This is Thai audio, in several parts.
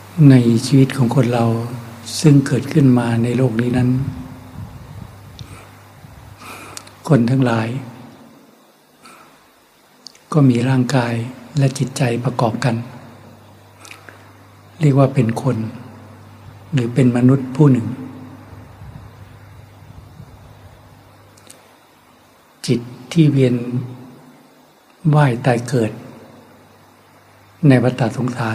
ในชีวิตของคนเราซึ่งเกิดขึ้นมาในโลกนี้นั้นคนทั้งหลายก็มีร่างกายและจิตใจประกอบกันเรียกว่าเป็นคนหรือเป็นมนุษย์ผู้หนึ่งจิตที่เวียนว่ายตายเกิดในวัฏสงสาร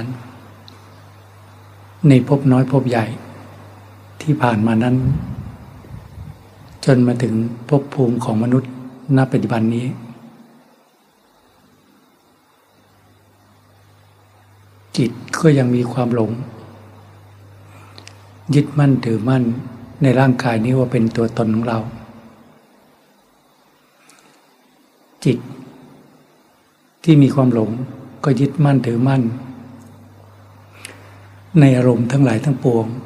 ในภพน้อยภพใหญ่ที่ผ่านมานั้นจนมาถึงภพภูมิของมนุษย์ณปัจจุบันนี้จิตก็ยังมีความหลงยึดมั่นถือมั่นในร่างกายนี้ว่าเป็นตัวตนของเราจิตที่มีความหลงก็ยึดมั่นถือมั่นในอารมณ์ทั้งหลายทั้งปวง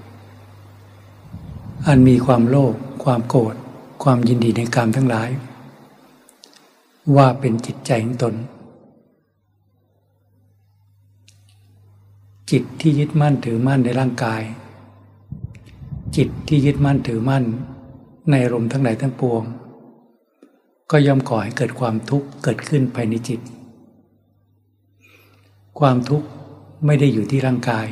อันมีความโลภความโกรธความยินดีในกามทั้งหลายว่าเป็นจิตใจของตนจิตที่ยึดมั่นถือมั่นในร่างกายจิตที่ยึดมั่นถือมั่นในอารมณ์ทั้งหลายทั้งปวงก็ย่อมก่อให้เกิดความทุกข์เกิดขึ้นภายในจิตความทุกข์ไม่ได้อยู่ที่ร่างกาย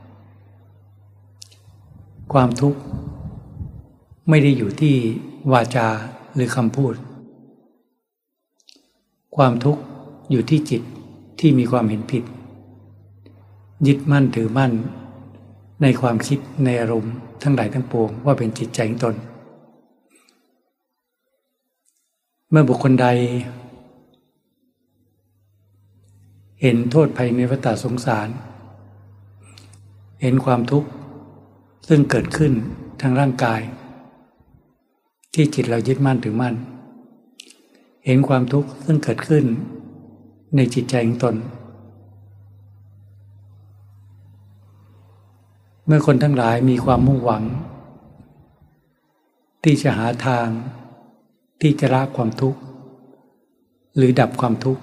ความทุกข์ไม่ได้อยู่ที่วาจาหรือคำพูดความทุกข์อยู่ที่จิตที่มีความเห็นผิดยึดมั่นถือมั่นในความคิดในอารมณ์ทั้งหลายทั้งปวงว่าเป็นจิตใจของตนเมื่อบุคคลใดเห็นโทษภัยในวัฏสงสารเห็นความทุกข์ซึ่งเกิดขึ้นทางร่างกายที่จิตเรายึดมั่นถือมั่นเห็นความทุกข์ซึ่งเกิดขึ้นในจิตใจของตนเมื่อคนทั้งหลายมีความมุ่งหวังที่จะหาทางที่จะละความทุกข์หรือดับความทุกข์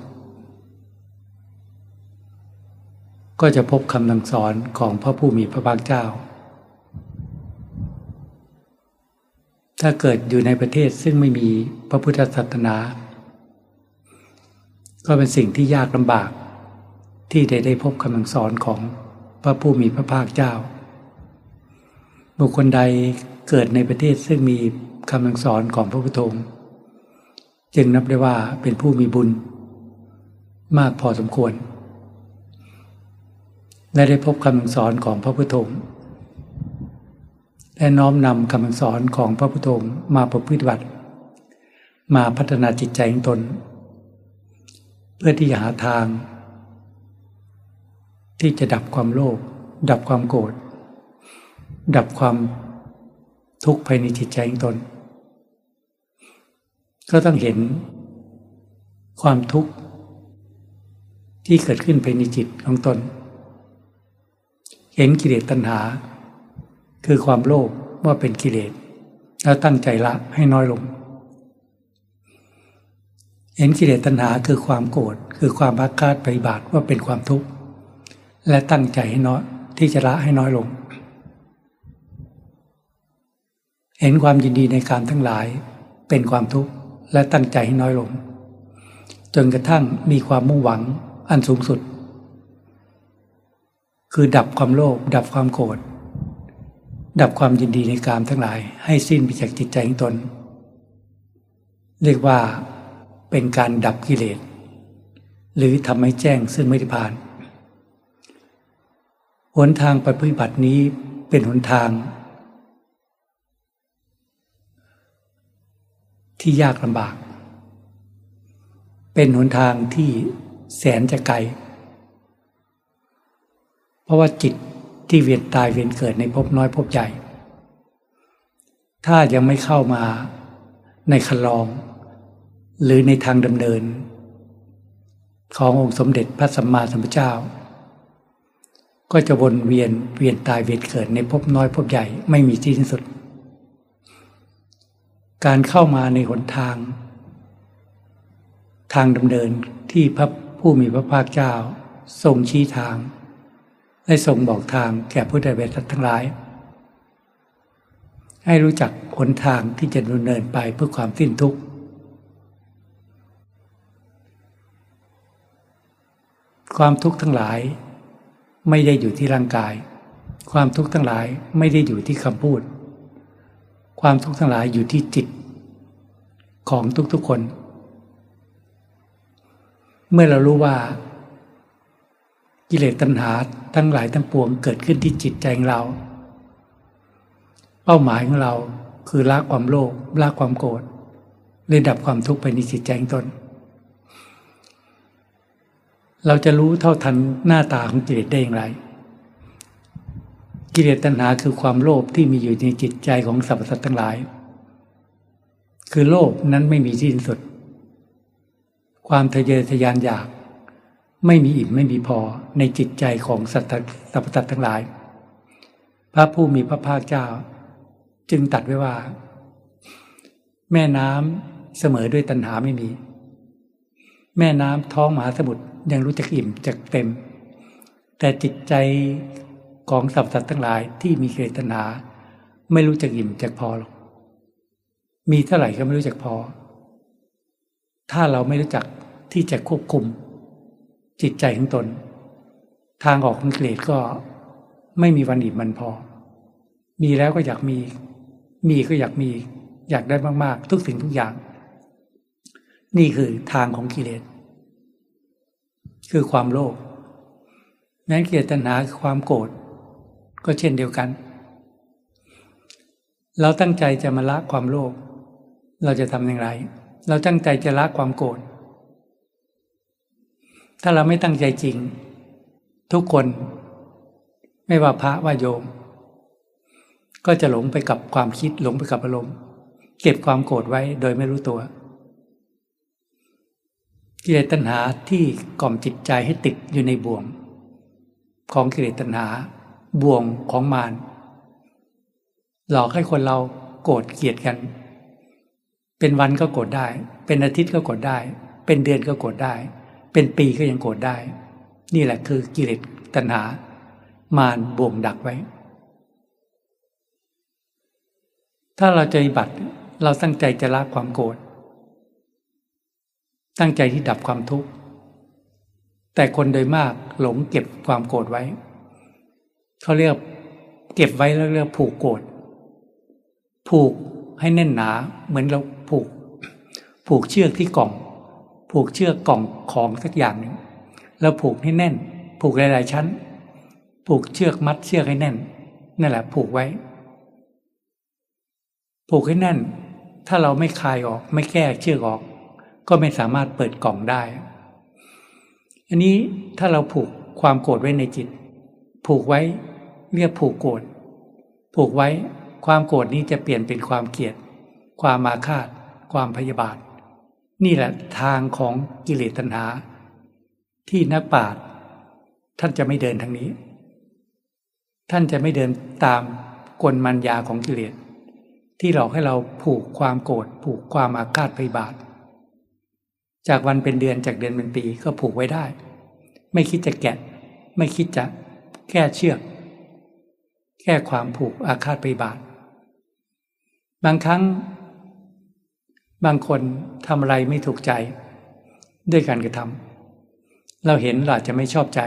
ก็จะพบคำสั่งสอนของพระผู้มีพระภาคเจ้าถ้าเกิดอยู่ในประเทศซึ่งไม่มีพระพุทธศาสนาก็เป็นสิ่งที่ยากลำบากที่ได้พบคำสั่งสอนของพระผู้มีพระภาคเจ้าบุคคลใดเกิดในประเทศซึ่งมีคำสั่งสอนของพระพุทธองค์จึงนับได้ว่าเป็นผู้มีบุญมากพอสมควรและได้พบคำสั่งสอนของพระพุทธองค์และน้อมนำคำสั่งสอนของพระพุทธองค์มาประพฤติบัติมาพัฒนาจิตใจของตนเพื่อที่จะหาทางที่จะดับความโลภดับความโกรธดับความทุกข์ภายในจิตใจของตนก็ต้องเห็นความทุกข์ที่เกิดขึ้นภายในจิตของตนเห็นกิเลสตัณหาคือความโลภว่าเป็นกิเลสแล้วตั้งใจละให้น้อยลงเห็นกิเลสตัณหาคือความโกรธคือความอาฆาตพยาบาทว่าเป็นความทุกข์และตั้งใจให้น้อยที่จะละให้น้อยลงเห็นความยินดีในการทั้งหลายเป็นความทุกข์และตั้งใจให้น้อยลงจนกระทั่งมีความมุ่งหวังอันสูงสุดคือดับความโลภดับความโกรธดับความยินดีในกามทั้งหลายให้สิ้นไปจากจิตใจของตนเรียกว่าเป็นการดับกิเลสหรือทำให้แจ้งซึ่งนิพพานหนทางปฏิบัตินี้เป็นหนทางที่ยากลำบากเป็นหนทางที่แสนจะไกลเพราะว่าจิตที่เวียนตายเวียนเกิดในภพน้อยภพใหญ่ถ้ายังไม่เข้ามาในคันลองหรือในทางดำเนินขององค์สมเด็จพระสัมมาสัมพุทธเจ้าก็จะวนเวียนตายเวียนเกิดในภพน้อยภพใหญ่ไม่มีที่สิ้นสุดการเข้ามาในหนทางดำเนินที่พระผู้มีพระภาคเจ้าทรงชี้ทาง และได้ทรงบอกทางแก่พุทธบริษัททั้งหลายให้รู้จักหนทางที่จะดำเนินไปเพื่อความสิ้นทุกข์ความทุกข์ทั้งหลายไม่ได้อยู่ที่ร่างกายความทุกข์ทั้งหลายไม่ได้อยู่ที่คำพูดความทุกข์ทั้งหลายอยู่ที่จิตของทุกๆคนเมื่อเรารู้ว่ากิเลสตัณหาทั้งหลายทั้งปวงเกิดขึ้นที่จิตใจของเราเป้าหมายของเราคือละความโลภละความโกรธเลยดับความทุกข์ไปในจิตใจของตนเราจะรู้เท่าทันหน้าตาของกิเลสได้อย่างไรกิเลสตัณหาคือความโลภที่มีอยู่ในจิตใจของสรรพสัตว์ทั้งหลายคือโลภนั้นไม่มีที่สิ้นสุดความทะเยอทะยานอยากไม่มีอิ่มไม่มีพอในจิตใจของสรรพสัตว์ทั้งหลายพระผู้มีพระภาคเจ้าจึงตรัสไว้ว่าแม่น้ำเสมอด้วยตัณหาไม่มีแม่น้ำท้องมหาสมุทรยังรู้จักอิ่มจักเต็มแต่จิตใจของสรรพสัตว์ทั้งหลายที่มีกิเลสตัณหาไม่รู้จักอิ่มจักพอหรอกมีเท่าไหร่ก็ไม่รู้จักพอถ้าเราไม่รู้จักที่จะควบคุมจิตใจของตนทางออกของกิเลสก็ไม่มีวันอิ่มมันพอมีแล้วก็อยากมีก็อยากมีอยากได้มากๆทุกสิ่งทุกอย่างนี่คือทางของกิเลสคือความโลภนั้นกิเลสตัณหาคือความโกรธก็เช่นเดียวกันเราตั้งใจจะมาละความโลภเราจะทำอย่างไรเราตั้งใจจะละความโกรธถ้าเราไม่ตั้งใจจริงทุกคนไม่ว่าพระว่าโยมก็จะหลงไปกับความคิดหลงไปกับอารมณ์เก็บความโกรธไว้โดยไม่รู้ตัวกิเลสตัณหาที่กล่อมจิตใจให้ติดอยู่ในบ่วงของกิเลสตัณหาบ่วงของมารหลอกให้คนเราโกรธเกลียดกันเป็นวันก็โกรธได้เป็นอาทิตย์ก็โกรธได้เป็นเดือนก็โกรธได้เป็นปีก็ยังโกรธได้นี่แหละคือกิเลสตัณหามารบ่วงดักไว้ถ้าเราจะปฏิบัติเราตั้งใจจะละความโกรธตั้งใจที่ดับความทุกข์แต่คนโดยมากหลงเก็บความโกรธไว้เขาเรียกเก็บไว้แล้วเรียกผูกโกรธผูกให้แน่นหนาเหมือนเราผูกเชือกที่กล่องผูกเชือกกล่องของสักอย่างหนึ่งแล้วผูกให้แน่นผูกหลายๆชั้นผูกเชือกมัดเชือกให้แน่นนั่นแหละผูกไว้ผูกให้แน่นถ้าเราไม่คลายออกไม่แก้เชือกออกก็ไม่สามารถเปิดกล่องได้อันนี้ถ้าเราผูกความโกรธไว้ในจิตผูกไว้เรียกผูกโกรธผูกไว้ความโกรธนี้จะเปลี่ยนเป็นความเกลียดความอาฆาตความพยาบาทนี่แหละทางของกิเลสตัณหาที่นักปราชญ์ท่านจะไม่เดินทางนี้ท่านจะไม่เดินตามกลมัญญาของกิเลสที่หลอกให้เราผูกความโกรธผูกความอาฆาตพยาบาทจากวันเป็นเดือนจากเดือนเป็นปีก็ผูกไว้ได้ไม่คิดจะแกะไม่คิดจะแก้เชือกแก้ความผูกอาฆาตพยาบาทบางครั้งบางคนทำอะไรไม่ถูกใจด้วยการกระทำเราเห็นเราอาจจะไม่ชอบใจ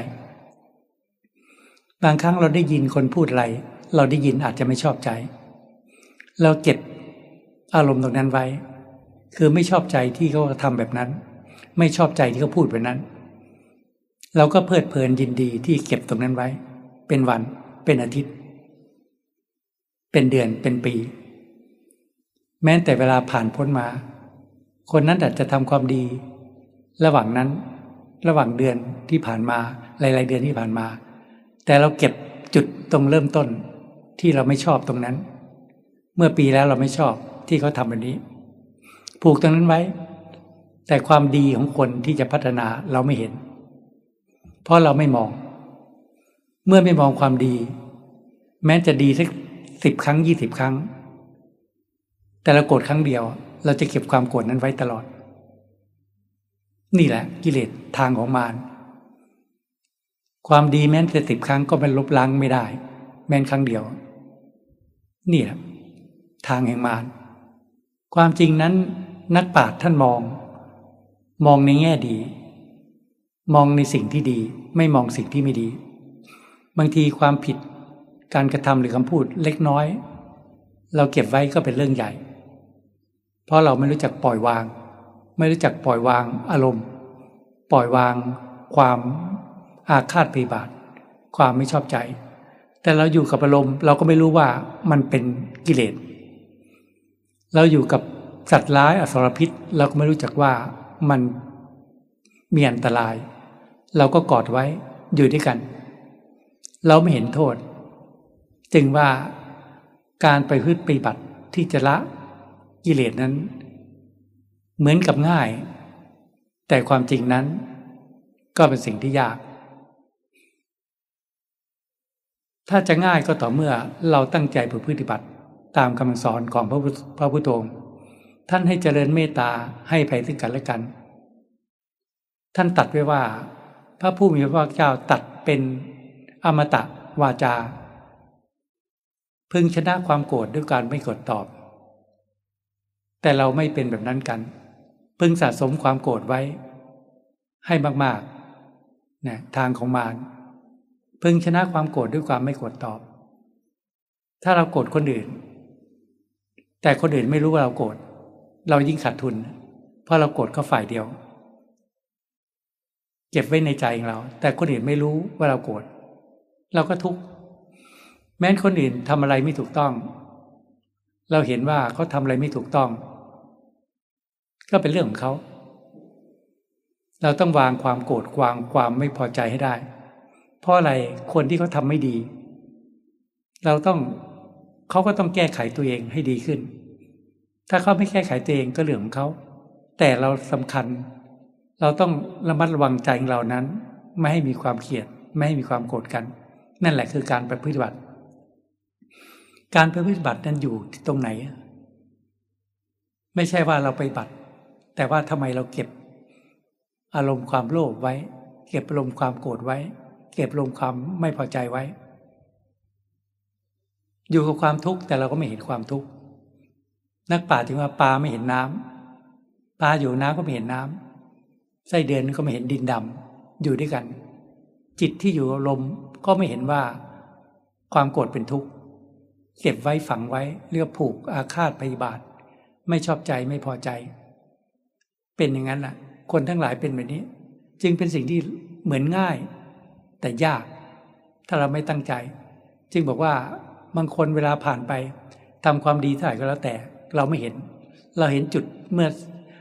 บางครั้งเราได้ยินคนพูดอะไรเราได้ยินอาจจะไม่ชอบใจเราเก็บอารมณ์ตรงนั้นไว้คือไม่ชอบใจที่เขาทำแบบนั้นไม่ชอบใจที่เขาพูดแบบนั้นเราก็เพลิดเพลินยินดีที่เก็บตรงนั้นไว้เป็นวันเป็นอาทิตย์เป็นเดือนเป็นปีแม้แต่เวลาผ่านพ้นมาคนนั้นอาจจะทำความดีระหว่างนั้นระหว่างเดือนที่ผ่านมาหลายๆเดือนที่ผ่านมาแต่เราเก็บจุดตรงเริ่มต้นที่เราไม่ชอบตรงนั้นเมื่อปีแล้วเราไม่ชอบที่เขาทำแบบนี้ผูกตรงนั้นไว้แต่ความดีของคนที่จะพัฒนาเราไม่เห็นเพราะเราไม่มองเมื่อไม่มองความดีแม้จะดีสัก10 ครั้ง20 ครั้งแต่เราโกรธครั้งเดียวเราจะเก็บความโกรธนั้นไว้ตลอดนี่แหละกิเลสทางของมารความดีแม้แต่10 ครั้งก็มันลบล้างไม่ได้แม้นครั้งเดียวนี่แหละทางแห่งมารความจริงนั้นนักปราชญ์ท่านมองในแง่ดีมองในสิ่งที่ดีไม่มองสิ่งที่ไม่ดีบางทีความผิดการกระทำหรือคำพูดเล็กน้อยเราเก็บไว้ก็เป็นเรื่องใหญ่เพราะเราไม่รู้จักปล่อยวางไม่รู้จักปล่อยวางอารมณ์ปล่อยวางความอาฆาตพยาบาทความไม่ชอบใจแต่เราอยู่กับอารมณ์เราก็ไม่รู้ว่ามันเป็นกิเลสเราอยู่กับสัตว์ร้ายอสรพิษเราก็ไม่รู้จักว่ามันมีอันตรายเราก็กอดไว้อยู่ด้วยกันเราไม่เห็นโทษจึงว่าการไปพฤติปฏิบัติที่จะละกิเลสนั้นเหมือนกับง่ายแต่ความจริงนั้นก็เป็นสิ่งที่ยากถ้าจะง่ายก็ต่อเมื่อเราตั้งใจปฏิบัติตามคำสอนของพระพุทธองค์ท่านให้เจริญเมตตาให้อภัยซึ่งกันและกันท่านตัดไว้ว่าพระผู้มีพระภาคเจ้าตัดเป็นอมตะวาจาพึงชนะความโกรธด้วยการไม่โกรธตอบแต่เราไม่เป็นแบบนั้นกันพึงสะสมความโกรธไว้ให้มากๆนะทางของมารพึงชนะความโกรธด้วยความไม่โกรธตอบถ้าเราโกรธคนอื่นแต่คนอื่นไม่รู้ว่าเราโกรธเรายิ่งขาดทุนเพราะเราโกรธเขาฝ่ายเดียวเก็บไว้ในใจของเราแต่คนอื่นไม่รู้ว่าเราโกรธเราก็ทุกข์แม้คนอื่นทำอะไรไม่ถูกต้องเราเห็นว่าเขาทำอะไรไม่ถูกต้องก็เป็นเรื่องของเขาเราต้องวางความโกรธวางความไม่พอใจให้ได้เพราะอะไรคนที่เขาทำไม่ดีเขาก็ต้องแก้ไขตัวเองให้ดีขึ้นถ้าเขาไม่แก้ไขตัวเองก็เรื่องของเขาแต่เราสำคัญเราต้องระมัดระวังใจของเรานั้นไม่ให้มีความเกลียดไม่ให้มีความโกรธกันนั่นแหละคือการปฏิบัติการปฏิบัตินั้นอยู่ที่ตรงไหนไม่ใช่ว่าเราปฏิบัติแต่ว่าทำไมเราเก็บอารมณ์ความโลภไว้เก็บอารมณ์ความโกรธไว้เก็บอารมณ์ความไม่พอใจไว้อยู่กับความทุกข์แต่เราก็ไม่เห็นความทุกข์นักปราชญ์ถึงว่าปลาไม่เห็นน้ำปลาอยู่น้ำก็ไม่เห็นน้ำไส้เดือนก็ไม่เห็นดินดำอยู่ด้วยกันจิตที่อยู่กับลมก็ไม่เห็นว่าความโกรธเป็นทุกข์เก็บไว้ฝังไว้เรียกผูกอาฆาตพยาบาทไม่ชอบใจไม่พอใจเป็นอย่างนั้นแหละคนทั้งหลายเป็นแบบนี้จึงเป็นสิ่งที่เหมือนง่ายแต่ยากถ้าเราไม่ตั้งใจจึงบอกว่าบางคนเวลาผ่านไปทำความดีเท่าไหร่ก็แล้วแต่เราไม่เห็นเราเห็นจุดเมื่อ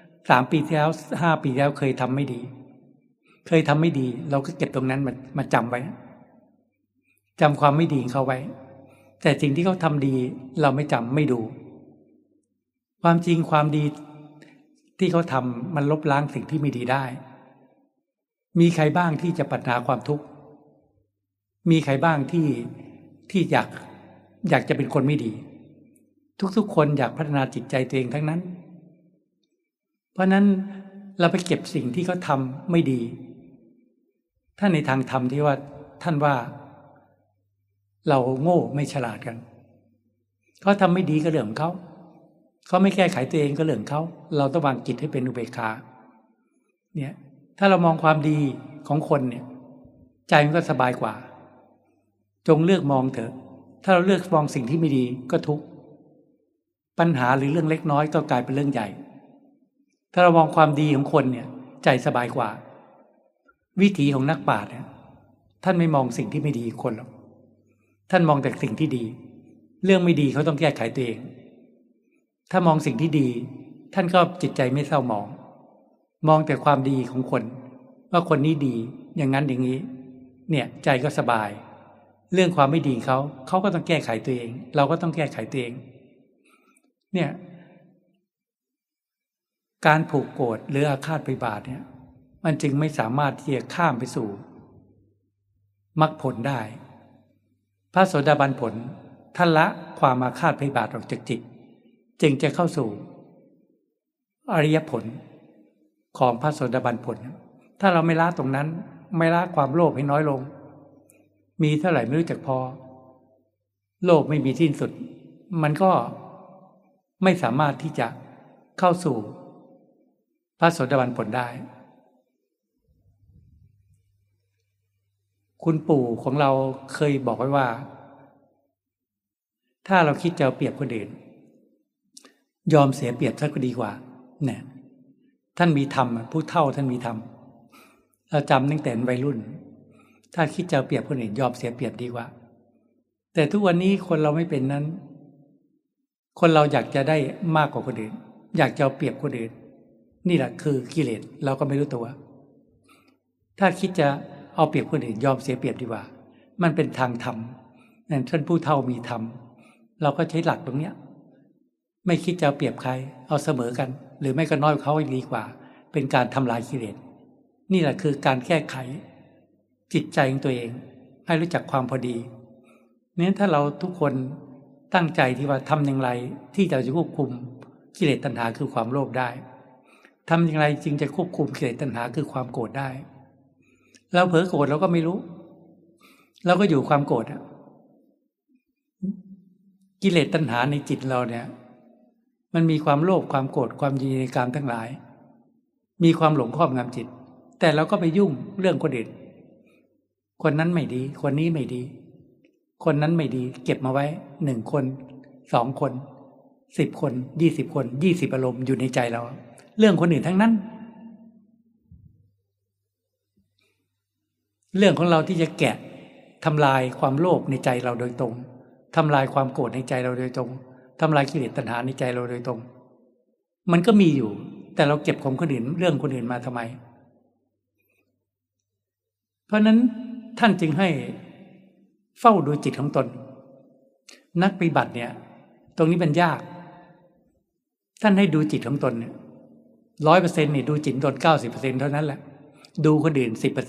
3 ปีที่แล้ว5 ปีแล้วเคยทำไม่ดีเราก็เก็บตรงนั้นมาจำไว้จำความไม่ดีของเขาไว้แต่สิ่งที่เขาทำดีเราไม่จำไม่ดูความจริงความดีที่เขาทำมันลบล้างสิ่งที่ไม่ดีได้มีใครบ้างที่จะปัญหาความทุกข์มีใครบ้างที่อยากจะเป็นคนไม่ดีทุกคนอยากพัฒนาจิตใจตัวเองทั้งนั้นเพราะนั้นเราไปเก็บสิ่งที่เขาทำไม่ดีถ้าในทางธรรมที่ว่าท่านว่าเราโง่ไม่ฉลาดกันเขาทำไม่ดีก็เรื่องของเขาไม่แก้ไขตัวเองก็เรื่องของเขาเราต้องวางจิตให้เป็นอุเบกขาเนี่ยถ้าเรามองความดีของคนเนี่ยใจมันก็สบายกว่าจงเลือกมองเถอะถ้าเราเลือกมองสิ่งที่ไม่ดีก็ทุกข์ปัญหาหรือเรื่องเล็กน้อยก็กลายเป็นเรื่องใหญ่ถ้าเรามองความดีของคนเนี่ยใจสบายกว่าวิถีของนักปราชญ์เนี่ยท่านไม่มองสิ่งที่ไม่ดีคนหรอกท่านมองแต่สิ่งที่ดีเรื่องไม่ดีเขาต้องแก้ไขตัวเองถ้ามองสิ่งที่ดีท่านก็จิตใจไม่เศร้าหมองมองแต่ความดีของคนว่าคนนี้ดีอย่างนั้นอย่างนี้เนี่ยใจก็สบายเรื่องความไม่ดีเขาก็ต้องแก้ไขตัวเองเราก็ต้องแก้ไขตัวเองเนี่ยการผูกโกรธหรืออาฆาตพยาบาทเนี่ยมันจึงไม่สามารถที่จะข้ามไปสู่มรรคผลได้พระโสดาบันผลท่านละความอาฆาตพยาบาทออกจากจิตจึงจะเข้าสู่อริยผลของพระโสดาบันผลถ้าเราไม่ละตรงนั้นไม่ละความโลภให้น้อยลงมีเท่าไหร่ไม่รู้จักพอโลภไม่มีสิ้นสุดมันก็ไม่สามารถที่จะเข้าสู่พระโสดาบันผลได้คุณปู่ของเราเคยบอกไว้ว่าถ้าเราคิดจะเอาเปรียบคนอื่นยอมเสียเปรียบซะก็ดีกว่าเนี่ยท่านมีธรรมผู้เฒ่าท่านมีธรรมเราจำตั้งแต่วัยรุ่นถ้าคิดจะเอาเปรียบคนอื่นยอมเสียเปรียบดีกว่าแต่ทุกวันนี้คนเราไม่เป็นนั้นคนเราอยากจะได้มากกว่าคนอื่นอยากจะเอาเปรียบคนอื่นนี่แหละคือกิเลสเราก็ไม่รู้ตัวถ้าคิดจะเอาเปรียบคนอื่นยอมเสียเปรียบดีกว่ามันเป็นทางธรรมนั่นท่านผู้เฒ่ามีธรรมเราก็ใช้หลักตรงเนี้ยไม่คิดจะเอาเปรียบใครเอาเสมอกันหรือไม่ก็น้อยกว่าเขาดีกว่าเป็นการทำลายกิเลสนี่แหละคือการแก้ไขจิตใจของตัวเองให้รู้จักความพอดีนั้นถ้าเราทุกคนตั้งใจที่ว่าทำอย่างไรที่จะควบคุมกิเลสตัณหาคือความโลภได้ทำอย่างไรจึงจะควบคุมกิเลสตัณหาคือความโกรธได้เราเผลอโกรธเราก็ไม่รู้เราก็อยู่ความโกรธกิเลสตัณหาในจิตเราเนี่ยมันมีความโลภความโกรธความยินดีในกามทั้งหลายมีความหลงครอบงำจิตแต่เราก็ไปยุ่งเรื่องคนอื่นคนนั้นไม่ดีคนนี้ไม่ดีคนนั้นไม่ดีเก็บมาไว้1 คน2 คน10 คน20 คน20อารมณ์อยู่ในใจเราเรื่องคนอื่นทั้งนั้นเรื่องของเราที่จะแกะทำลายความโลภในใจเราโดยตรงทำลายความโกรธในใจเราโดยตรงทำลายกิเลสตัณหาในใจเราโดยตรงมันก็มีอยู่แต่เราเก็บของคนอื่นเรื่องคนอื่นมาทำไมเพราะนั้นท่านจึงให้เฝ้าดูจิตของตนนักปฏิบัติเนี่ยตรงนี้มันยากท่านให้ดูจิตของตนเนี่ย100%เนี่ยดูจิตตน90%เท่านั้นแหละดูคนอื่น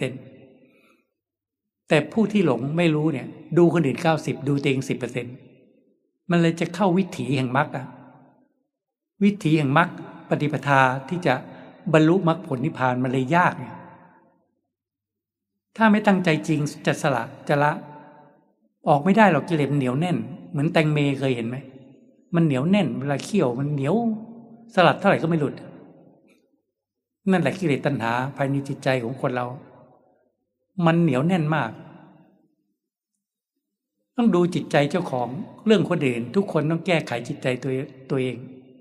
10%แต่ผู้ที่หลงไม่รู้เนี่ยดูคนอื่น90ดูตัวเอง10%มันเลยจะเข้าวิถีแห่งมรรควิถีแห่งมรรคปฏิปทาที่จะบรรลุมรรคผลนิพพานมันเลยยากเนี่ยถ้าไม่ตั้งใจจริงจะสละจะละออกไม่ได้หรอกกิเลสเหนียวแน่นเหมือนแตงเมเคยเห็นไหมมันเหนียวแน่นเวลาเคี่ยวมันเหนียวสลัดเท่าไหร่ก็ไม่หลุดนั่นแหละกิเลสตัณหาภายในจิตใจของคนเรามันเหนียวแน่นมากต้องดูจิตใจเจ้าของเรื่องคนอื่นทุกคนต้องแก้ไขจิตใจตัวเอง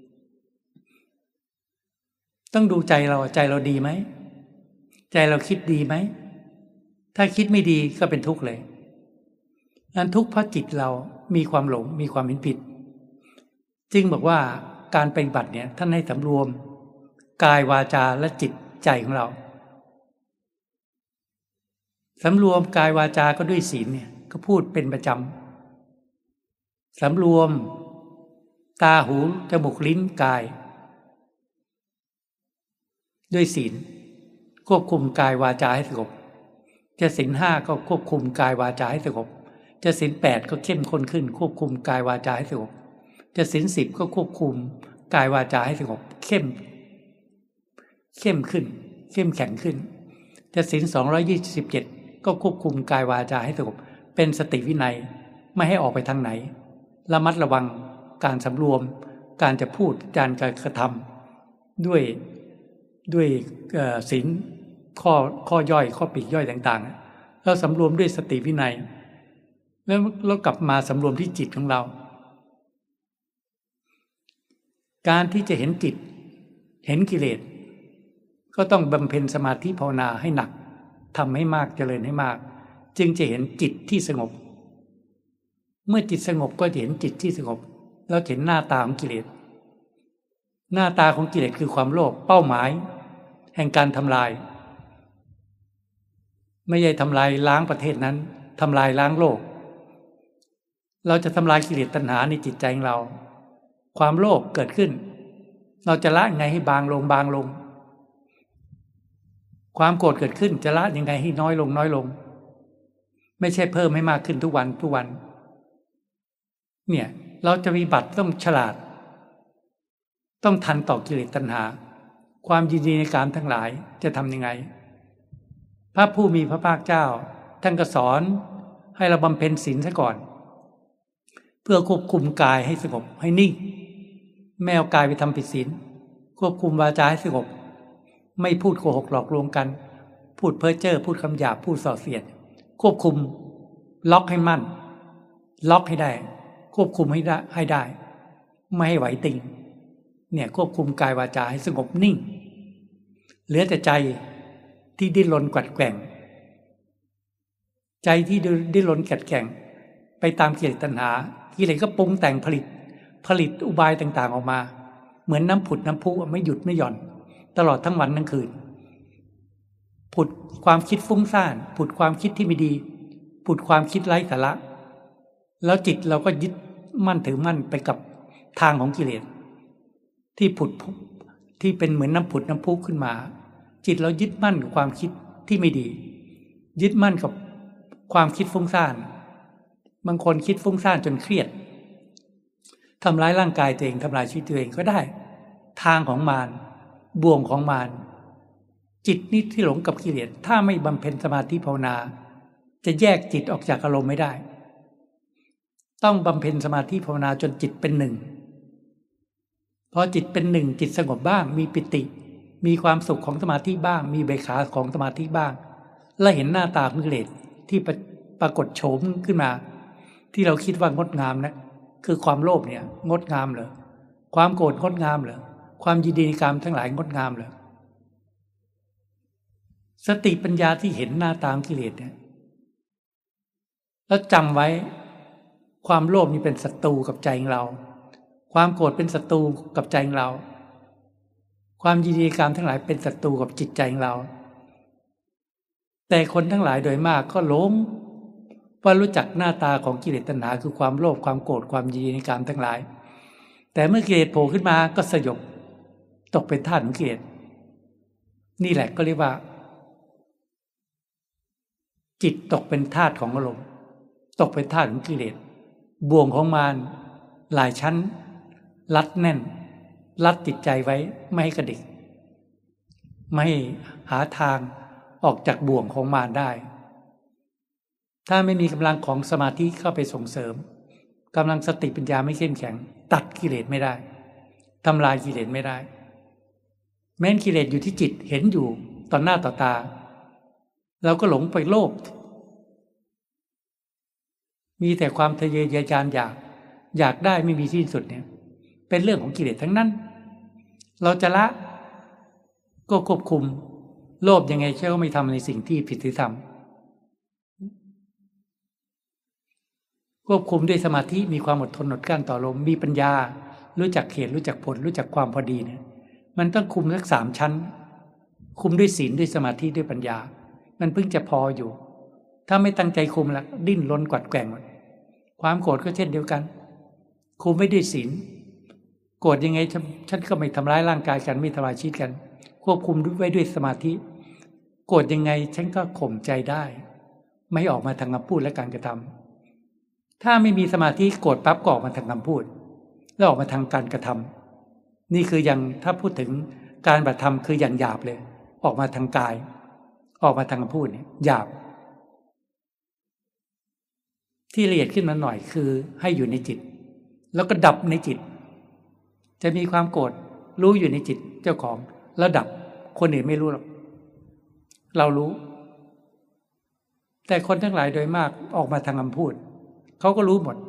ต้องดูใจเราดีไหมใจเราคิดดีไหมถ้าคิดไม่ดีก็เป็นทุกข์เลยนั้นทุกข์เพราะจิตเรามีความหลงมีความเห็นผิดจึงบอกว่าการปฏิบัติเนี่ยท่านให้สำรวมกายวาจาและจิตใจของเราสำรวมกายวาจาก็ด้วยศีลเนี่ยก็พูดเป็นประจำสำรวมตาหูจมูกลิ้นกายด้วยศีลควบคุมกายวาจาให้สงบจะศีล5ก็ควบคุมกายวาจาให้สงบจะศีล8ก็เข้มข้นขึ้นควบคุมกายวาจาให้สงบจะศีล10ก็ควบคุมกายวาจาให้สงบเข้มขึ้นเข้มแข็งขึ้นจะศีล227ก็ควบคุมกายวาจาให้สงบเป็นสติวินัยไม่ให้ออกไปทางไหนระมัดระวังการสำรวมการจะพูดการกระทำด้วยศีลข้อย่อยข้อปลีกย่อยต่างๆแล้วสำรวมด้วยสติวินัยแล้วเรากลับมาสำรวมที่จิตของเราการที่จะเห็นจิตเห็นกิเลสก็ต้องบำเพ็ญสมาธิภาวนาให้หนักทำให้มากเจริญให้มากจึงจะเห็นจิตที่สงบเมื่อจิตสงบก็จะเห็นจิตที่สงบแล้วเห็นหน้าตาของกิเลสหน้าตาของกิเลสคือความโลภเป้าหมายแห่งการทำลายไม่ใช่ทำลายล้างประเทศนั้นทำลายล้างโลกเราจะทำลายกิเลสตัณหาในจิตใจของเราความโลภเกิดขึ้นเราจะละไงให้บางลงความโกรธเกิดขึ้นจะละยังไงให้น้อยลงไม่ใช่เพิ่มให้มากขึ้นทุกวันเนี่ยเราจะมีบัตรต้องฉลาดต้องทันต่อกิเลสตัณหาความยินดีในกามทั้งหลายจะทำยังไงพระผู้มีพระภาคเจ้าท่านก็สอนให้เราบำเพ็ญศีลซะก่อนเพื่อควบคุมกายให้สงบให้นิ่งไม่เอากายไปทำผิดศีลควบคุมวาจาให้สงบไม่พูดโกหกหลอกลวงกันพูดเพ้อเจ้อพูดคำหยาบพูดส่อเสียดควบคุมล็อกให้มั่นล็อกให้ได้ควบคุมให้ได้ไม่ให้ไหวติงเนี่ยควบคุมกายวาจาให้สงบนิ่งเหลือแต่ใจที่ดิ้นรนกวัดแกว่งใจที่ดิ้นรนกัดแกว่งไปตามกิเลสตัณหากิเลสก็ปรุงแต่งผลิตอุบายต่างๆออกมาเหมือนน้ำผุดน้ำพุไม่หยุดไม่หย่อนตลอดทั้งวันทั้งคืนผุดความคิดฟุ้งซ่านผุดความคิดที่ไม่ดีผุดความคิดไร้สาระแล้วจิตเราก็ยึดมั่นถือมั่นไปกับทางของกิเลสที่ผุดที่เป็นเหมือนน้ำผุดน้ำพุขึ้นมาจิตเรายึดมั่นกับความคิดที่ไม่ดียึดมั่นกับความคิดฟุ้งซ่านบางคนคิดฟุ้งซ่านจนเครียดทำร้ายร่างกายตัวเองทำลายชีวิตตัวเองก็ได้ทางของมารบ่วงของมารจิตนี้ที่หลงกับกิเลสถ้าไม่บำเพ็ญสมาธิภาวนาจะแยกจิตออกจากอารมณ์ไม่ได้ต้องบำเพ็ญสมาธิภาวนาจนจิตเป็นหนึ่งพอจิตเป็นหนึ่งจิตสงบบ้างมีปิติมีความสุขของสมาธิบ้างมีเบขาของสมาธิบ้างและเห็นหน้าตาของกิเลสที่ปรากฏโฉมขึ้นมาที่เราคิดว่างดงามนะคือความโลภเนี่ยงดงามเหรอความโกรธงดงามเหรอความยินดีในกามทั้งหลายงดงามเหรอสติปัญญาที่เห็นหน้าตาของกิเลสเนี่ยแล้วจำไว้ความโลภนี่เป็นศัตรูกับใจของเราความโกรธเป็นศัตรูกับใจของเราความยินดีในกามทั้งหลายเป็นศัตรูกับจิตใจของเราแต่คนทั้งหลายโดยมากก็หลงว่ารู้จักหน้าตาของกิเลสตัณหาคือความโลภความโกรธความยินดีในกามทั้งหลายแต่เมื่อกิเลสโผล่ขึ้นมาก็สยบตกเป็นทาสของกิเลสนี่แหละก็เรียกว่าจิตตกเป็นทาสของอารมณ์ตกเป็นทาสของกิเลสบ่วงของมารหลายชั้นรัดแน่นรัดจิตใจไว้ไม่ให้กระดิกไม่ให้หาทางออกจากบ่วงของมารได้ถ้าไม่มีกำลังของสมาธิเข้าไปส่งเสริมกำลังสติปัญญาไม่เข้มแข็งตัดกิเลสไม่ได้ทำลายกิเลสไม่ได้แม้นกิเลสอยู่ที่จิตเห็นอยู่ต่อหน้าต่อตาเราก็หลงไปโลภมีแต่ความทะเยอทะยานอยากได้ไม่มีที่สุดเนี่ยเป็นเรื่องของกิเลสทั้งนั้นเราจะละก็ควบคุมโลภยังไงเชื่อว่าไม่ทำในสิ่งที่ผิดศีลธรรมควบคุมด้วยสมาธิมีความอดทนอดกลั้นต่อลมมีปัญญารู้จักเหตุรู้จักผลรู้จักความพอดีเนี่ยมันต้องคุมสัก3 ชั้นคุมด้วยศีลด้วยสมาธิด้วยปัญญามันเพิ่งจะพออยู่ถ้าไม่ตั้งใจคุมแล้วดิ้นรนกวัดแกว่งความโกรธก็เช่นเดียวกันคุมไม่ด้วยศีลโกรธยังไงฉันก็ไม่ทำร้ายร่างกายกันไม่ทำลายชีวิตกันควบคุมไว้ด้วยสมาธิโกรธยังไงฉันก็ข่มใจได้ไม่ออกมาทางคำพูดและการกระทำถ้าไม่มีสมาธิโกรธปั๊บก็ออกมาทางคำพูดแล้วออกมาทางการกระทำนี่คืออย่างถ้าพูดถึงการปฏิบัติธรรมคืออย่างหยาบเลยออกมาทางกายออกมาทางคำพูดเนี่ยหยาบที่ละเอียดขึ้นมาหน่อยคือให้อยู่ในจิตแล้วก็ดับในจิตจะมีความโกรธรู้อยู่ในจิตเจ้าของแล้วดับคนอื่นไม่รู้หรอกเรารู้แต่คนทั้งหลายโดยมากออกมาทางคำพูดเขาก็รู้หมด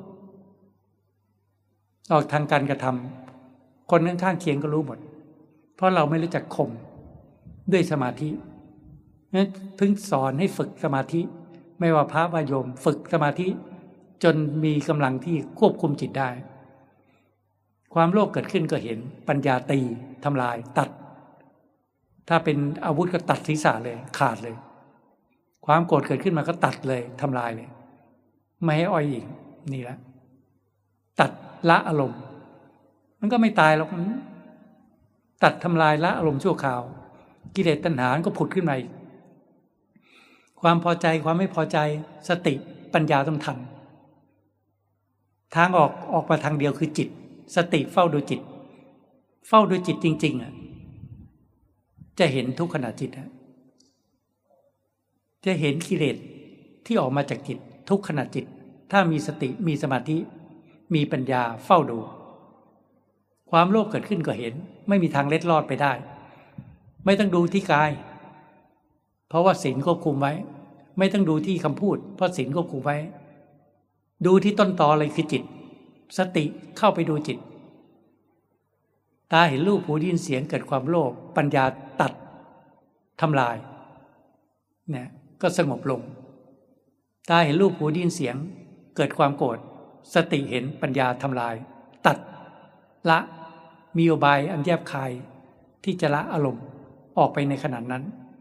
ออกทางการกระทำคนข้างๆเคียงก็รู้หมดเพราะเราไม่รู้จักข่มด้วยสมาธินั้นถึงสอนให้ฝึกสมาธิไม่ว่าพระว่าโยมฝึกสมาธิจนมีกำลังที่ควบคุมจิตได้ความโลภเกิดขึ้นก็เห็นปัญญาตีทำลายตัดถ้าเป็นอาวุธก็ตัดศีรษะเลยขาดเลยความโกรธเกิดขึ้นมาก็ตัดเลยทำลายเลยไม่ให้อ้อยอีกนี่แหละตัดละอารมณ์มันก็ไม่ตายหรอกตัดทำลายละอารมณ์ชั่วคราวกิเลสตัณหาก็ผุดขึ้นมาอีกความพอใจความไม่พอใจสติปัญญาต้องทำทางออกมาทางเดียวคือจิตสติเฝ้าดูจิตเฝ้าดูจิตจริงๆอ่ะจะเห็นทุกขณะจิตจะเห็นกิเลสที่ออกมาจากจิตทุกขณะจิตถ้ามีสติมีสมาธิมีปัญญาเฝ้าดูความโลภเกิดขึ้นก็เห็นไม่มีทางเล็ดลอดไปได้ไม่ต้องดูที่กายเพราะว่าศีลควบคุมไว้ไม่ต้องดูที่คำพูดเพราะศีลควบคุมไว้ดูที่ต้นตอเลยคือจิตสติเข้าไปดูจิตตาเห็นรูปหูได้ยินเสียงเกิดความโลภปัญญาตัดทำลายเนี่ยก็สงบลงตาเห็นรูปหูได้ยินเสียงเกิดความโกรธสติเห็นปัญญาทำลายตัดละมีอุบายอันแยบคายที่จะละอารมณ์ออกไปในขณะนั้น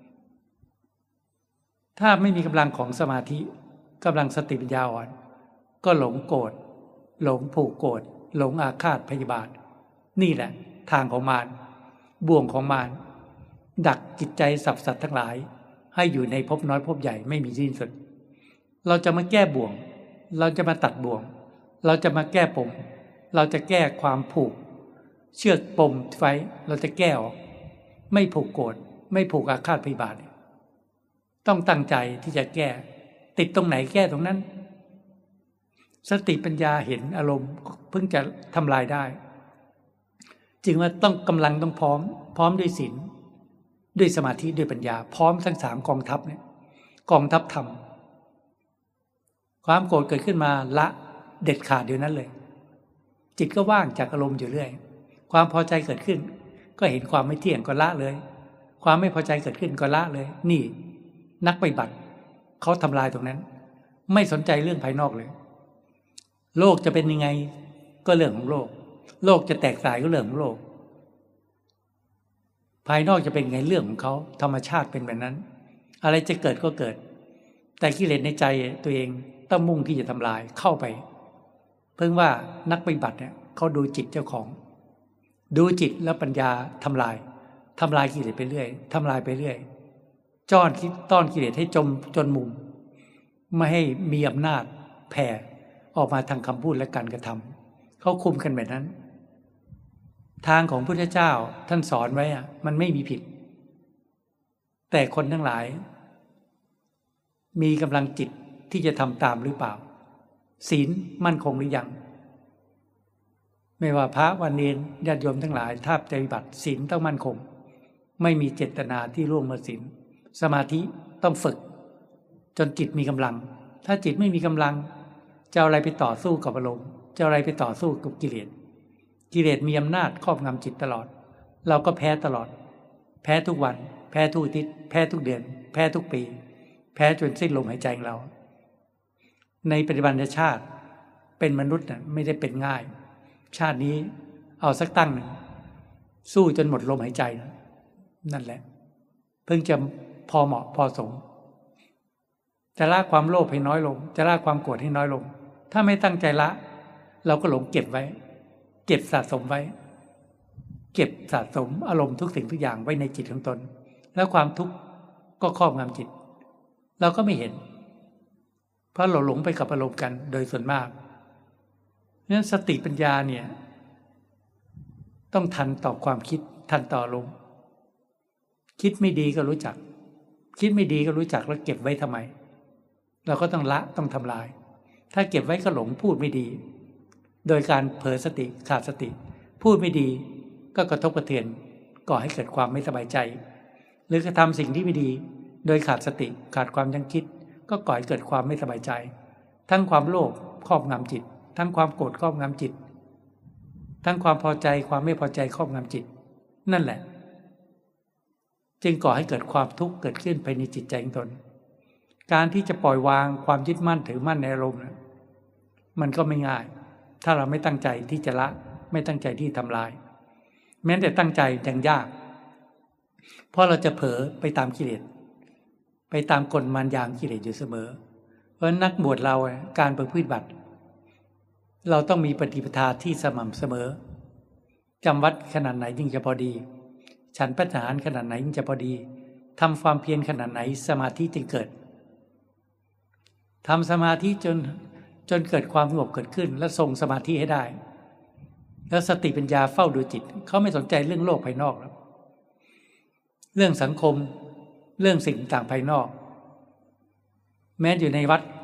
ถ้าไม่มีกำลังของสมาธิกำลังสติปัญญาอ่อนก็หลงโกรธหลงผูกโกรธหลงอาฆาตพยาบาทนี่แหละทางของมารบ่วงของมารดักจิตใจสรรพสัตว์ทั้งหลายให้อยู่ในภพน้อยภพใหญ่ไม่มีสิ้นสุดเราจะมาแก้บ่วงเราจะมาตัดบ่วงเราจะมาแก้ปมเราจะแก้ความผูกเชือกปมไว้เราจะแก้ออกไม่ผูกโกรธไม่ผูกอาฆาตพยาบาทต้องตั้งใจที่จะแก้ติดตรงไหนแก้ตรงนั้นสติปัญญาเห็นอารมณ์เพิ่งจะทำลายได้จึงว่าต้องกำลังต้องพร้อมด้วยศีลด้วยสมาธิด้วยปัญญาพร้อมทั้ง3กองทัพเนี่ยกองทัพธรรมความโกรธเกิดขึ้นมาละเด็ดขาดเดี๋ยวนั้นเลยจิตก็ว่างจากอารมณ์อยู่เรื่อยความพอใจเกิดขึ้นก็เห็นความไม่เที่ยงก็ละเลยความไม่พอใจเกิดขึ้นก็ละเลยนี่นักปฏิบัติเขาทำลายตรงนั้นไม่สนใจเรื่องภายนอกเลยโลกจะเป็นยังไงก็เรื่องของโลกโลกจะแตกสายก็เรื่องของโลกภายนอกจะเป็นไงเรื่องของเขาธรรมชาติเป็นแบบนั้นอะไรจะเกิดก็เกิดแต่กิเลสในใจตัวเองต้องมุ่งที่จะทำลายเข้าไปเพิ่งว่านักปฏิบัติเนี่ยเขาดูจิตเจ้าของดูจิตแล้วปัญญาทำลายกิเลสไปเรื่อยทำลายไปเรื่อยต้อนกิเลสให้จนมุมไม่ให้มีอำนาจแผ่ออกมาทางคำพูดและการกระทำเขาคุมกันแบบนั้นทางของพระพุทธเจ้าท่านสอนไว้มันไม่มีผิดแต่คนทั้งหลายมีกำลังจิตที่จะทำตามหรือเปล่าศีลมั่นคงหรือยังไม่ว่าพระวันเณรญาติโยมทั้งหลายถ้าปฏิบัติศีลต้องมั่นคงไม่มีเจตนาที่ล่วงละเมิดศีลสมาธิต้องฝึกจนจิตมีกำลังถ้าจิตไม่มีกำลังจะเอาอะไรไปต่อสู้กับอารมณ์จะเอาอะไรไปต่อสู้กับกิเลสมีอำนาจครอบงำจิตตลอดเราก็แพ้ตลอดแพ้ทุกวันแพ้ทุกอาทิตย์แพ้ทุกเดือนแพ้ทุกปีแพ้จนสิ้นลมหายใจของเราในปัจจุบันชาติเป็นมนุษย์ไม่ได้เป็นง่ายชาตินี้เอาสักตั้งหนึ่งสู้จนหมดลมหายใจนั่นแหละเพิ่งจะพอเหมาะพอสมจะละความโลภให้น้อยลงจะละความโกรธให้น้อยลงถ้าไม่ตั้งใจละเราก็หลงเก็บไว้เก็บสะสมไว้เก็บสะสมอารมณ์ทุกสิ่งทุกอย่างไว้ในจิตของตนแล้วความทุกข์ก็ครอบงำจิตเราก็ไม่เห็นเพราะเราหลงไปกับอารมณ์กันโดยส่วนมากเพราะฉะนั้นสติปัญญาเนี่ยต้องทันต่อความคิดทันต่ออารมณ์คิดไม่ดีก็รู้จักคิดไม่ดีก็รู้จักแล้วเก็บไว้ทำไมเราก็ต้องละต้องทำลายถ้าเก็บไว้ก็หลงพูดไม่ดีโดยการเผลอสติขาดสติพูดไม่ดีก็กระทบกระเทือนก่อให้เกิดความไม่สบายใจหรือกระทำสิ่งที่ไม่ดีโดยขาดสติขาดความยั้งคิดก็ก่อให้เกิดความไม่สบายใจทั้งความโลภครอบงำจิตทั้งความโกรธครอบงำจิตทั้งความพอใจความไม่พอใจครอบงำจิตนั่นแหละจึงก่อให้เกิดความทุกข์เกิดขึ้นภายในจิตใจของตนการที่จะปล่อยวางความยึดมั่นถือมั่นในอารมณ์มันก็ไม่ง่ายถ้าเราไม่ตั้งใจที่จะละไม่ตั้งใจที่ทำลายแม้แต่ตั้งใจยังยากเพราะเราจะเผลอไปตามกิเลสไปตามกลมารยากิเลสอยู่เสมอเพราะนักบวชเราการประพฤติบัติเราต้องมีปฏิปทาที่สม่ำเสมอจำวัดขนาดไหนยิ่งจะพอดีฉันพระทหารขนาดไหนยิ่งจะพอดีทำความเพียรขนาดไหนสมาธิจึงเกิดทำสมาธิจนเกิดความสงบเกิดขึ้นและทรงสมาธิให้ได้แล้วสติปัญญาเฝ้าดูจิตเขาไม่สนใจเรื่องโลกภายนอกแล้วเรื่องสังคมเรื่องสิ่งต่างภายนอกแม้อยู่ในวัด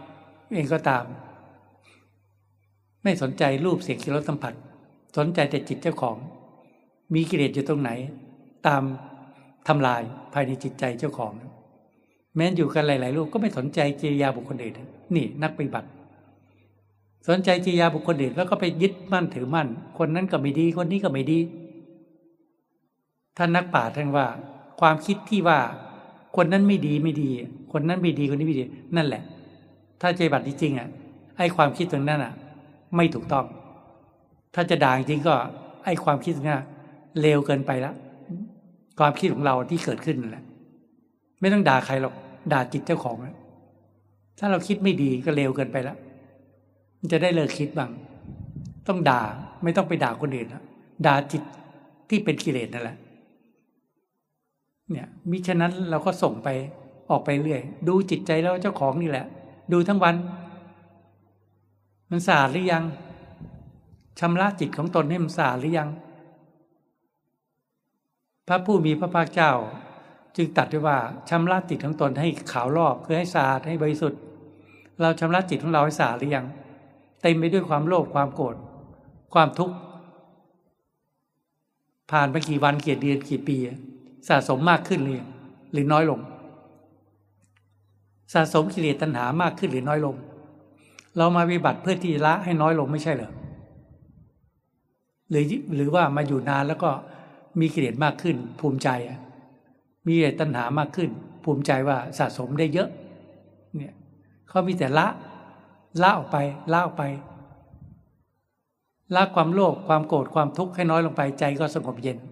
เองก็ตามไม่สนใจรูปเสียงกลิ่นรสสัมผัสสนใจแต่จิตเจ้าของมีกิเลสอยู่ตรงไหนตามทำลายภายในจิตใจเจ้าของแม้อยู่กันหลายๆรูปก็ไม่สนใจกิริยาบุคคลอื่นนี่นักปฏิบัติสนใจกิริยาบุคคลอื่นแล้วก็ไปยึดมั่นถือมั่นคนนั้นก็ไม่ดีคนนี้ก็ไม่ดีท่านนักปราชญ์ท่านว่าความคิดที่ว่าคนนั้นไม่ดีไม่ดีคนนั้นไม่ดีคนนี้ไม่ดีนั่นแหละถ้าปฏิบัติจริงๆไอ้ความคิดตรงนั้นไม่ถูกต้องถ้าจะด่าจริงก็ไอ้ความคิดตรงนั้นเลวเกินไปแล้วความคิดของเราที่เกิดขึ้นนั่นแหละไม่ต้องด่าใครหรอกด่าจิตเจ้าของนะถ้าเราคิดไม่ดีก็เลวเกินไปแล้วมันจะได้เลิกคิดบ้างต้องด่าไม่ต้องไปด่าคนอื่นแล้วด่าจิตที่เป็นกิเลสนั่นแหละเนี่ยมิฉะนั้นเราก็ส่งไปออกไปเรื่อยดูจิตใจแล้วเจ้าของนี่แหละดูทั้งวันมันสะอาดหรือยังชำระจิตของตนให้มันสะอาดหรือยังพระผู้มีพระภาคเจ้าจึงตรัสไว้ว่าชำระจิตของตนให้ขาวรอบคือให้สะอาดให้บริสุทธิ์เราชำระจิตของเราให้สะอาดหรือยังเต็มไปด้วยความโลภความโกรธความทุกข์ผ่านไปกี่วันกี่เดือนกี่ปีสะสมมากขึ้นหรือน้อยลงสะสมกิเลสตัณหามากขึ้นหรือน้อยลงเรามาปฏิบัติเพื่อที่ละให้น้อยลงไม่ใช่เหรอหรือว่ามาอยู่นานแล้วก็มีกิเลสมากขึ้นภูมิใจมีกิเลสตัณหามากขึ้นภูมิใจว่าสะสมได้เยอะเนี่ยเขามีแต่ละออกไปละความโลภความโกรธความทุกข์ให้น้อยลงไปใจก็สงบเย็น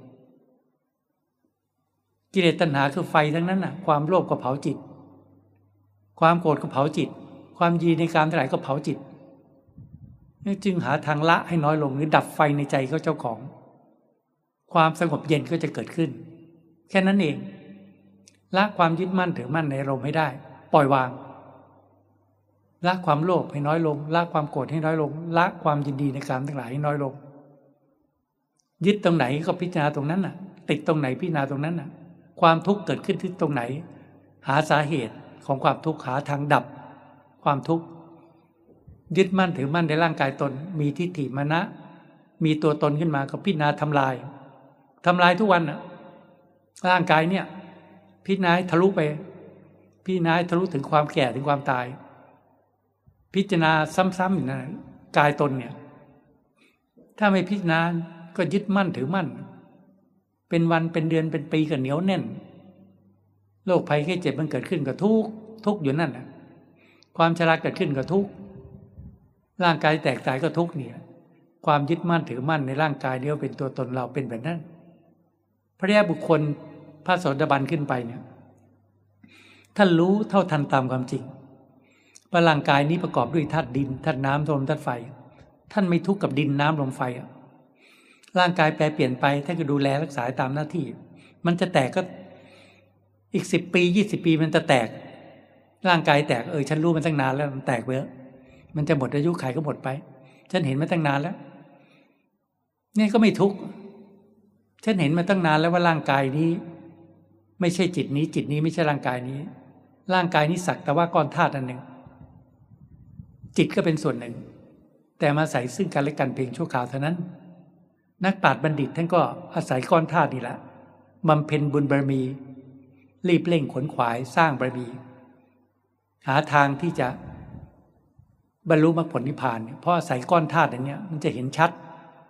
กิเลสตัณหาคือไฟทั้งนั้นความโลภก็เผาจิตความโกรธก็เผาจิตความยินดีในการทั้งหลายก็เผาจิตจึงหาทางละให้น้อยลงหรือดับไฟในใจเขาเจ้าของความสงบเย็นก็จะเกิดขึ้นแค่นั้นเองละความยึดมั่นถือมั่นในอารมณ์ให้ได้ปล่อยวางละความโลภให้น้อยลงละความโกรธให้น้อยลงละความยินดีในการทั้งหลายให้น้อยลงยึดตรงไหนก็พิจารณาตรงนั้นติดตรงไหนพิจารณาตรงนั้นความทุกข์เกิดขึ้นที่ตรงไหนหาสาเหตุของความทุกข์หาทางดับความทุกข์ยึดมั่นถือมั่นในร่างกายตนมีทิฏฐิมานะมีตัวตนขึ้นมาก็พิจารณาทำลายทุกวันร่างกายเนี่ยพิจารณาทะลุไปพิจารณาทะลุถึงความแก่ถึงความตายพิจารณาซ้ำๆอยู่นั่นกายตนเนี่ยถ้าไม่พิจารณาก็ยึดมั่นถือมั่นเป็นวันเป็นเดือนเป็นปีก็เหนียวแน่นโรคภัยไข้เจ็บมันเกิดขึ้นก็ทุกข์อยู่นั่นความชราเกิดขึ้นก็ทุกข์ร่างกายแตกตายก็ทุกข์เนี่ยความยึดมั่นถือมั่นในร่างกายนี้เป็นตัวตนเราเป็นแบบนั้นพระอริยบุคคลพระโสดาบันขึ้นไปเนี่ยท่านรู้เท่าทันตามความจริงว่าร่างกายนี้ประกอบด้วยธาตุดินธาตุน้ำลมธาตุไฟท่านไม่ทุกข์กับดินน้ำลมไฟร่างกายแปรเปลี่ยนไปท่านก็ดูแลรักษาตามหน้าที่มันจะแตกก็อีก10 ปี20 ปีมันจะแตกร่างกายแตกฉันรู้มันตั้งนานแล้วมันแตกไปแล้วมันจะหมดอายุขัยก็หมดไปฉันเห็นมาตั้งนานแล้วนี่ก็ไม่ทุกข์ฉันเห็นมาตั้งนานแล้วว่าร่างกายนี้ไม่ใช่จิตนี้จิตนี้ไม่ใช่ร่างกายนี้ร่างกายนี้สักแต่ว่าก้อนธาตุอันหนึ่งจิตก็เป็นส่วนหนึ่งแต่มาใส่ซึ่งกันและกันเพียงชั่วคราวเท่านั้นนักปราชญ์บัณฑิตท่านก็อาศัยก้อนธาตุนี่แหละบำเพ็ญบุญบารมีรีบเร่งขนขวายสร้างบารมีหาทางที่จะบรรลุมรรคผลนิพพานเพราะอาศัยก้อนธาตุอันนี้มันจะเห็นชัด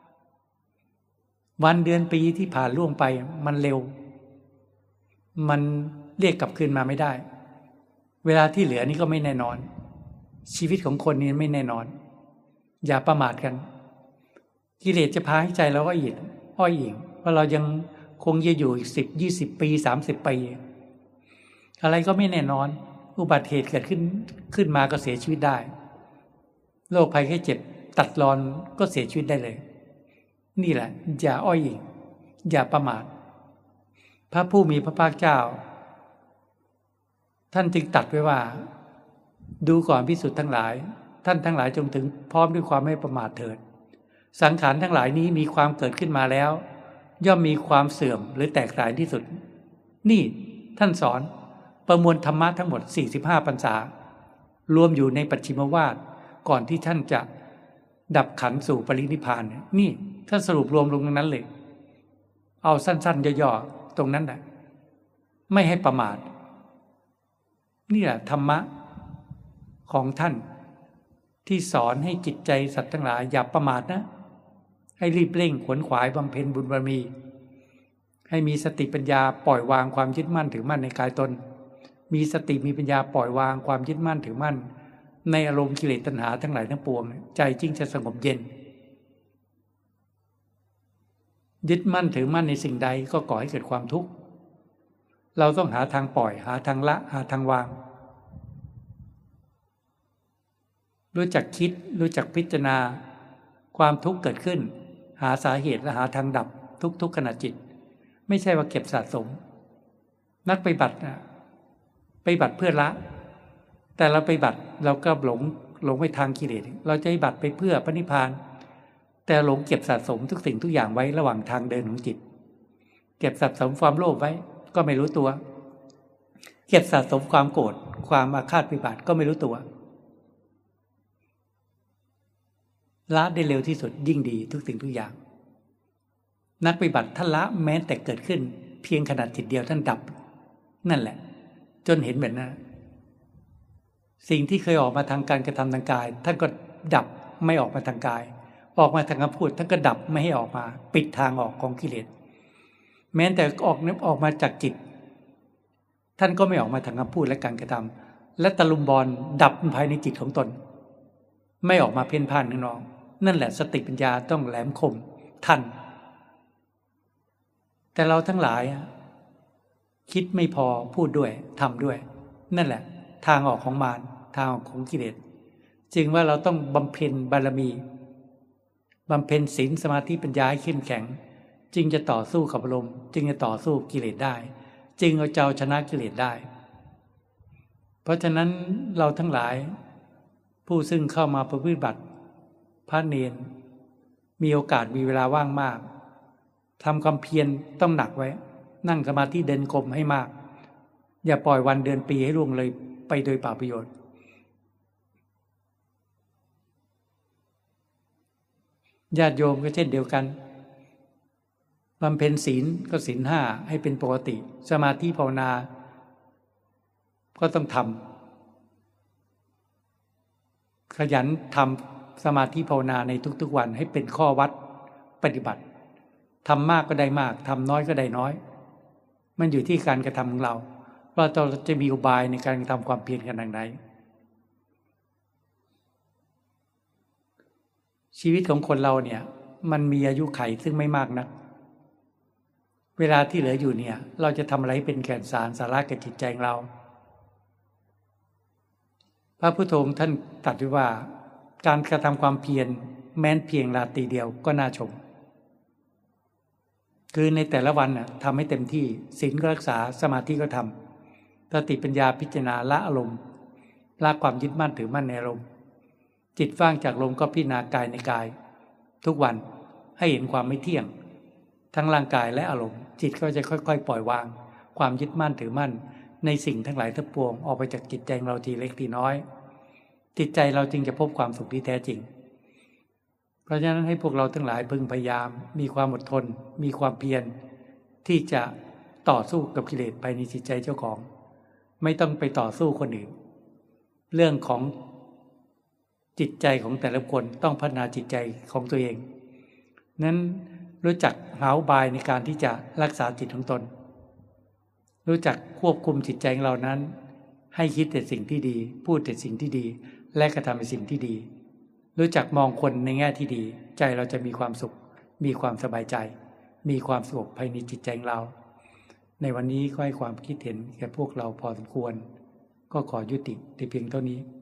วันเดือนปีที่ผ่านล่วงไปมันเร็วมันเรียกกลับคืนมาไม่ได้เวลาที่เหลือนี่ก็ไม่แน่นอนชีวิตของคนนี้ไม่แน่นอนอย่าประมาทกันกิเลสจะพาให้ใจเราอ้อยอิงเพราะเรายังคงจะอยู่อีก10-20 ปี30 ปีอะไรก็ไม่แน่นอนอุบัติเหตุเกิดขึ้นมาก็เสียชีวิตได้โรคภัยแค่เจ็บตัดรอนก็เสียชีวิตได้เลยนี่แหละอย่าอ้อยอิงอย่าประมาทพระผู้มีพระภาคเจ้าท่านจึงตรัสไว้ว่าดูก่อนภิกษุทั้งหลายท่านทั้งหลายจงถึงพร้อมด้วยความไม่ประมาทเถิดสังขารทั้งหลายนี้มีความเกิดขึ้นมาแล้วย่อมมีความเสื่อมหรือแตกสลายที่สุดนี่ท่านสอนประมวลธรรมะทั้งหมด45 พรรษารวมอยู่ในปัจฉิมวาทก่อนที่ท่านจะดับขันธ์สู่ปรินิพพานนี่ท่านสรุปรวมลงตรงนั้นเลยเอาสั้นๆย่อๆตรงนั้นแหละไม่ให้ประมาทนี่แหละธรรมะของท่านที่สอนให้จิตใจสัตว์ทั้งหลายอย่าประมาทนะให้รีบเร่งขวนขวายบำเพ็ญบุญบารมีให้มีสติปัญญาปล่อยวางความยึดมั่นถือมั่นในกายตนมีสติมีปัญญาปล่อยวางความยึดมั่นถือมั่นในอารมณ์กิเลสตัณหาทั้งหลายทั้งปวงใจจึงจะสงบเย็นยึดมั่นถือมั่นในสิ่งใดก็ก่อให้เกิดความทุกข์เราต้องหาทางปล่อยหาทางละหาทางวางรู้จักคิดรู้จักพิจารณาความทุกข์เกิดขึ้นหาสาเหตุและหาทางดับทุกขณะจิตไม่ใช่ว่าเก็บสะสมนักปฏิบัติเพื่อละแต่เราปฏิบัติเราก็หลงไปทางกิเลสเราจะปฏิบัติไปเพื่อพระนิพพานแต่หลงเก็บสะสมทุกสิ่งทุกอย่างไว้ระหว่างทางเดินของจิตเก็บสะสมความโลภไว้ก็ไม่รู้ตัวเก็บสะสมความโกรธความอาฆาตพยาบาทก็ไม่รู้ตัวละได้เร็วที่สุดยิ่งดีทุกสิ่งทุกอย่างนักปฏิบัติท่านละแม้แต่เกิดขึ้นเพียงขนาดจิตเดียวท่านดับนั่นแหละจนเห็นแบบนั้นสิ่งที่เคยออกมาทางการกระทำทางกายท่านก็ดับไม่ออกมาทางกายออกมาทางคำพูดท่านก็ดับไม่ให้ออกมาปิดทางออกของกิเลสแม้แต่ออกมาจากจิตท่านก็ไม่ออกมาทางคำพูดและการกระทำและตะลุมบอลดับภายในจิตของตนไม่ออกมาเพ่นพ่านข้างนอกนั่นแหละสติปัญญาต้องแหลมคมทันแต่เราทั้งหลายคิดไม่พอพูดด้วยทำด้วยนั่นแหละทางออกของมารทางออกของกิเลสจึงว่าเราต้องบำเพ็ญบารมีบำเพ็ญศีลสมาธิปัญญาให้เข้มแข็งจึงจะต่อสู้กับอารมณ์จึงจะต่อสู้กิเลสได้จึงเอาชนะกิเลสได้เพราะฉะนั้นเราทั้งหลายผู้ซึ่งเข้ามาปฏิบัติพระเนรมีโอกาสมีเวลาว่างมากทำความเพียรต้องหนักไว้นั่งสมาธิเดินกรมให้มากอย่าปล่อยวันเดือนปีให้ล่วงเลยไปโดยเปล่าประโยชน์ญาติโยมก็เช่นเดียวกันบำเพ็ญศีลก็ศีล 5ให้เป็นปกติสมาธิภาวนาก็ต้องทำขยันทำสมาธิภาวนาในทุกๆวันให้เป็นข้อวัดปฏิบัติทำมากก็ได้มากทำน้อยก็ได้น้อยมันอยู่ที่การกระทำของเราว่าเราจะมีอุบายในการทำความเพียรกันอย่างไรชีวิตของคนเราเนี่ยมันมีอายุไขซึ่งไม่มากนักเวลาที่เหลืออยู่เนี่ยเราจะทำอะไรเป็นแก่นสารสาระแก่จิตใจของเราพระพุทธองค์ท่านตรัสไว้ว่าการกระทำความเพียรแม้นเพียงราตรีเดียวก็น่าชมคือในแต่ละวันทำให้เต็มที่ศีลก็รักษาสมาธิก็ทำสติปัญญาพิจารณาละอารมณ์ละความยึดมั่นถือมั่นในอารมณ์จิตว่างจากลมก็พิจารณากายในกายทุกวันให้เห็นความไม่เที่ยงทั้งร่างกายและอารมณ์จิตก็จะค่อยๆปล่อยวางความยึดมั่นถือมั่นในสิ่งทั้งหลายทั้งปวงออกไปจากจิตใจเราทีเล็กทีน้อยจิตใจเราจึงจะพบความสุขที่แท้จริงเพราะฉะนั้นให้พวกเราทั้งหลายพึงพยายามมีความอดทนมีความเพียรที่จะต่อสู้กับกิเลสภายในจิตใจเจ้าของไม่ต้องไปต่อสู้คนอื่นเรื่องของจิตใจของแต่ละคนต้องพัฒนาจิตใจของตัวเองนั้นรู้จักหาอุบายในการที่จะรักษาจิตของตนรู้จักควบคุมจิตใจของเรานั้นให้คิดแต่สิ่งที่ดีพูดแต่สิ่งที่ดีและกระทำในสิ่งที่ดีรู้จักมองคนในแง่ที่ดีใจเราจะมีความสุขมีความสบายใจมีความสงบภายในจิตใจของเราในวันนี้ก็ให้ความคิดเห็นแก่พวกเราพอสมควรก็ขอยุติแต่เพียงเท่านี้